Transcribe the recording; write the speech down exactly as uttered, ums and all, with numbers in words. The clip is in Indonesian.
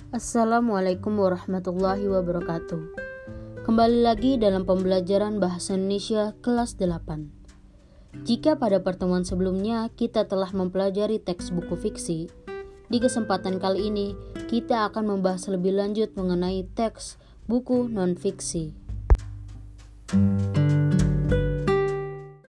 Assalamualaikum warahmatullahi wabarakatuh. Kembali lagi dalam pembelajaran Bahasa Indonesia kelas delapan. Jika pada pertemuan sebelumnya kita telah mempelajari teks buku fiksi, di kesempatan kali ini kita akan membahas lebih lanjut mengenai teks buku non-fiksi.